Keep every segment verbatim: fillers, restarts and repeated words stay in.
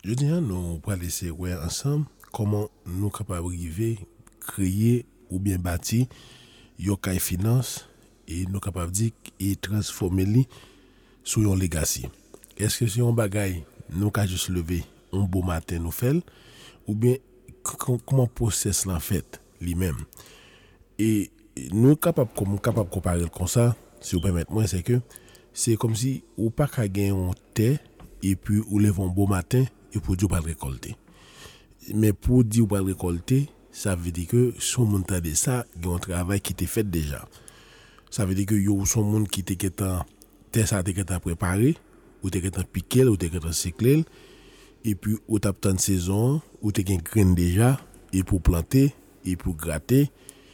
Je dis, hein, nous pourrons laisser ouais, ensemble comment nous capables de créer ou bien bâtir yon kay finance et nous capables de dire et transformer li sur yon legacy. Est-ce que c'est un bagay nous ka juste lever un beau matin nous fait ou bien comment process l'en fait lui-même et nous capables comme capable comparer comme ça si vous permettez moi c'est que c'est comme si ou pas ka gagner un thé et puis ou lève un beau matin et pour dire pas récolter. Mais pour dire pas récolter, ça veut dire que son monde t'a de ça, il y a un travail qui était fait déjà. Ça veut dire que yo son monde qui était qu'étant t'es ça t'es qu'étant préparé ou t'es qu'étant piqué ou t'es qu'étant cyclé et puis ou t'as tant de saison ou t'es qu'un grain déjà et pour planter et pour gratter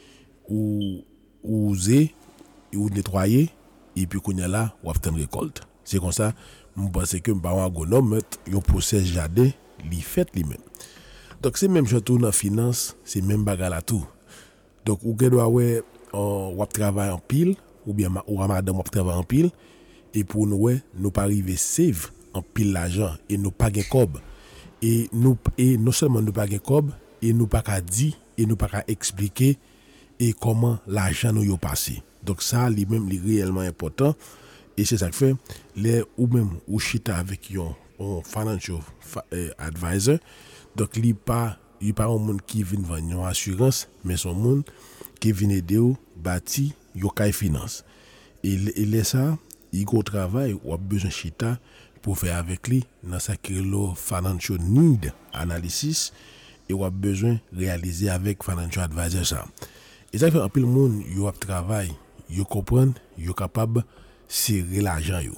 ou ou user ou nettoyer et puis qu'on y a là ou obtenir récolte. C'est comme ça, je pense que un agronome un process jardin li fait lui-même. Donc c'est même chose dans finance, c'est même bagarre là tout. Donc ou doit ouais on travaille en pile ou bien ou madame on travaille en pile et pour nous ouais nous pas arriver save en pile l'argent et nous pas gain cob et nous et non seulement nous pas gain cob et nous pas qu'à dire et nous pas qu'à expliquer et comment l'argent nous y passé. Donc ça lui-même li réellement important et c'est ça que fait les ou même ou chita avec yon un financial advisor. Donc li pas il pas un monde qui vient vendre une assurance mais son monde qui vient aider ou bâti yo kay finance et il est ça il go travail ou a besoin chita pour faire avec lui dans sa crélo financial need analysis et ou a besoin réaliser avec financial advisor ça et ça fait un peu le monde yo a travail yo comprendre yo capable serrer l'argent yo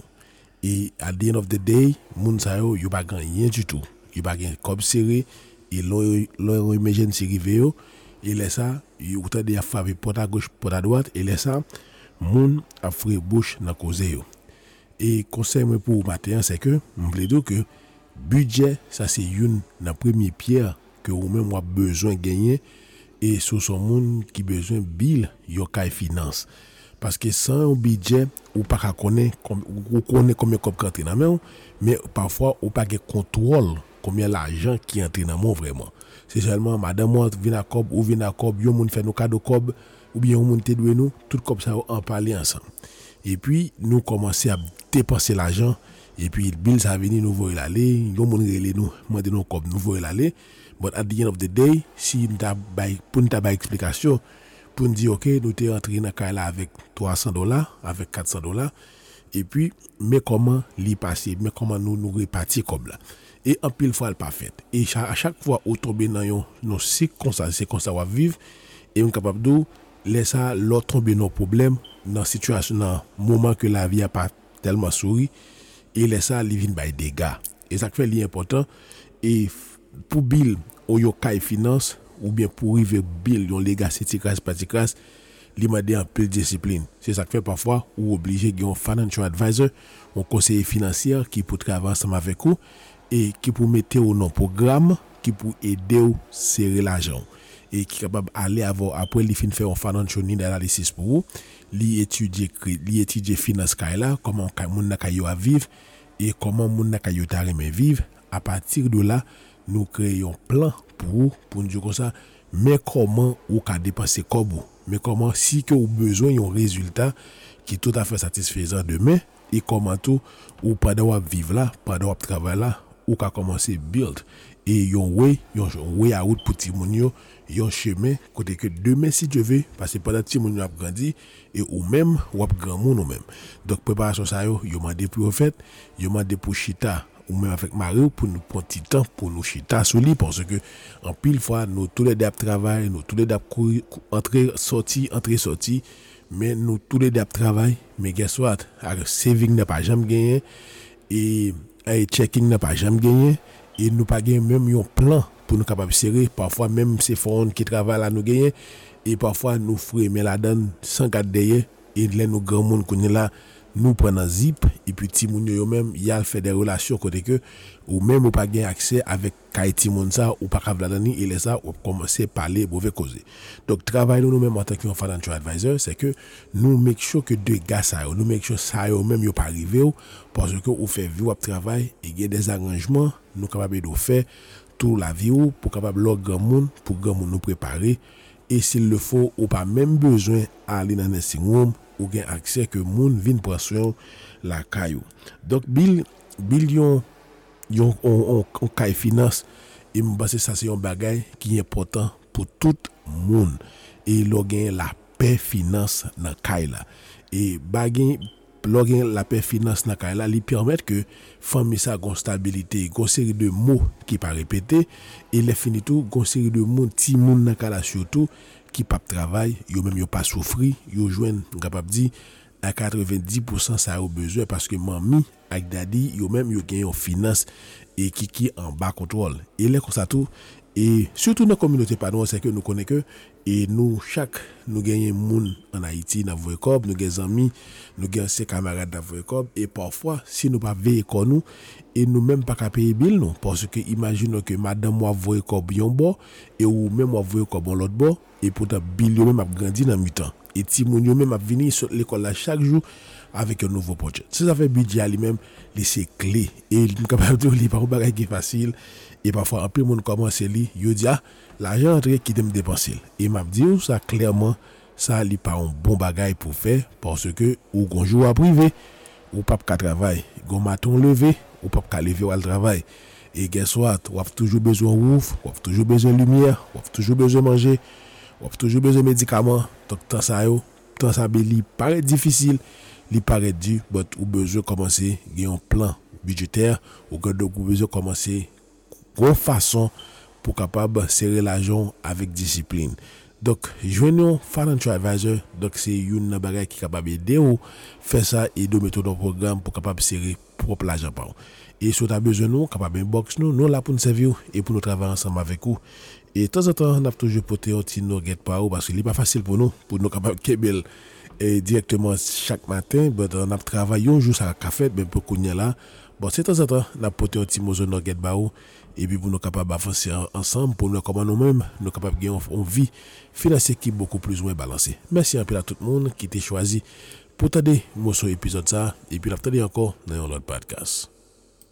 et at the end of the day moun sa yo yo pas gagner du tout yo pas gagner comme serré et l'euro emergency rive yo et laisse ça yo t'a de faire porte à gauche porte à droite et laisse ça moun a fré bouche dans cause yo et conseil moi pour matin c'est que m'vle dire que budget ça c'est une la première pierre que ou même a besoin gagner et sur son monde qui besoin bill yo kay finance parce que sans un budget ou pas connaître comme ou connaît combien comme rentrer dans main mais parfois ou pas de contrôle combien l'argent qui entre dans mon vraiment c'est seulement madame moi vient à cob ou vient à cob yo moun fait nos cadeau cob ou bien on monte doué nous tout comme ça en parler ensemble et puis nous commencer à dépenser l'argent et puis le bill ça venir nous voir aller yo moun relé nous demander nous cob nous voir aller but at the end of the day si n'ta bay pour n'ta bay explication pour nous dire OK nous t'es rentré dans cas là avec trois cents dollars avec quatre cents dollars et puis mais comment l'y passer mais comment nous nous répartir comme là et en pile fois elle pas fait et à chaque fois au tomber dans yon nos cycle comme ça c'est comme ça va vivre et on capable de laisser l'autre tomber nos problèmes dans situation dans moment que la vie a pas tellement souri et laisser li vinn bay dégâts et ça fait l'important et pour bill ou yo kay finance ou bien pour river bill yon legacy ticras paticras li mande un peu de discipline c'est ça que fait parfois ou obligé un financial advisor un conseiller financier qui pour travailler ensemble avec vous et qui pour mettre au non programme qui pour aider ou serrer l'argent et qui capable aller avoir après li fin faire un financial need analysis pour vous li étudier li étudier finance kay là comment moun na kay yo à vivre et comment moun na kay yo ta remen vivre à partir de là nous créons plan pour pour nous dire comme ça mais comment ou ka dépenser comme mais comment si que ou besoin un résultat qui est tout à fait satisfaisant demain et comment tout ou pas d'avoir vivre là pas d'avoir travailler là ou ka commencer build et yon way yon way out pour ti moun yo yon chemin côté que demain si Dieu veut parce que pendant ti moun yo a grandi et ou même ou a grand moun ou même donc préparation ça yo yo mandé pour fait yo mandé pour chita ou même avec Mario pour nous prendre petit temps pour nous chita sur lui parce que en pile fois nous tous les deux travail nous tous les deux courir entrer sortir entrer sortir mais nous tous les deux travail mais guess what saving n'a pas jamais gagné et et checking n'a pas jamais gagné et nous pas gagner même un plan pour nous capable serrer parfois même ces fonds qui travaillent là nous gagner et parfois nous frais mais la donne sans garder derrière et là nous grand monde connaît là nous prenons zip et puis ti moun yo même y a fait des relations côté que ou même ou pas gain accès avec kay ti moun ça ou pas capable dani et les ça ou commencer parler mauvais causer. Donc travail nous même en tant que financial advisor c'est que nous make sure que deux gars ça nous make sure ça yo même yo pas arrivé parce que ou fait vie ou travail et il y a des arrangements nous capable de faire tout la vie ou pour capable leur grand monde pour grand monde nous préparer et s'il le faut ou pas même besoin aller dans nursing home ou gain accès que moun vinn prendre soin la caillou. Donc bill bill yon yon on on caille finance et me penser ça c'est un bagage qui est important pour tout monde et lo gain la paix finance dans caille là et bagay lorsqu'il la paix finance dans caille là lui permettre que famille ça gon stabilité gon série de mots qui pas répéter et les fini tout gon série de monde ti moun dans caille surtout qui pas travail yo même yo pas souffrir yo joine capable dire à quatre-vingt-dix pour cent ça a besoin parce que mamie avec daddy yo même yo gagne en finance et qui qui en bas contrôle et les comme ça tout et surtout dans la communauté pas nous c'est que nous connaît que et nous chaque nous gagnons moun en Haïti dans Voycob nous gagnons amis nous gagnons ses camarades dans Voycob et parfois si nous pas veiller comme nous et nous même pas payer bill non parce que imaginons que madame moi Voycob yon bord et ou même moi Voycob on l'autre bord et pourtant bill yo même a grandi dans mi-temps et ti moun yo même a venir sur l'école là chaque jour avec un nouveau projet. Si ça fait budget lui-même, c'est clé et il capable de lire pas un bagage qui facile et parfois un peu monde commence li, yo dit ah l'argent entré qui me dépenser et m'a dit ça clairement ça li pas un bon bagage pour faire parce que ou gon jour à privé ou pas ka travail, gon matin levé ou pas ka lever au travail et guess what, ou a toujours besoin ouf, ou a toujours besoin lumière, ou a toujours besoin manger, ou a toujours besoin médicaments. Donc tant ça yo, tant ça li paraît difficile, li paraît dur, but ou besoin commencer gagner un plan budgétaire ou que donc ou besoin commencer une façon pour capable serrer l'argent avec discipline. Donc joignons financial advisor, donc c'est une bagage qui capable aider ou faire ça et de mettre dans programme pour capable serrer propre l'argent par. Et si tu as besoin nous capable inbox nous nous là pour nous servir et pour nous travailler ensemble avec vous. Et de temps en temps on a toujours porté un petit nugget par parce que c'est pas facile pour nous pour nous capable kebel et directement chaque matin but on a travaillé un jour ça café ben pour connait là bon c'est de temps en temps on a porté un petit mozo nugget ba et puis pour nous capable avancer ensemble pour nous comment nous même nous capable gagner une vie financière qui beaucoup plus moins balancée. Merci un peu à tout le monde qui t'a choisi pour t'aider mon épisode ça et puis l'attendre encore dans un autre podcast.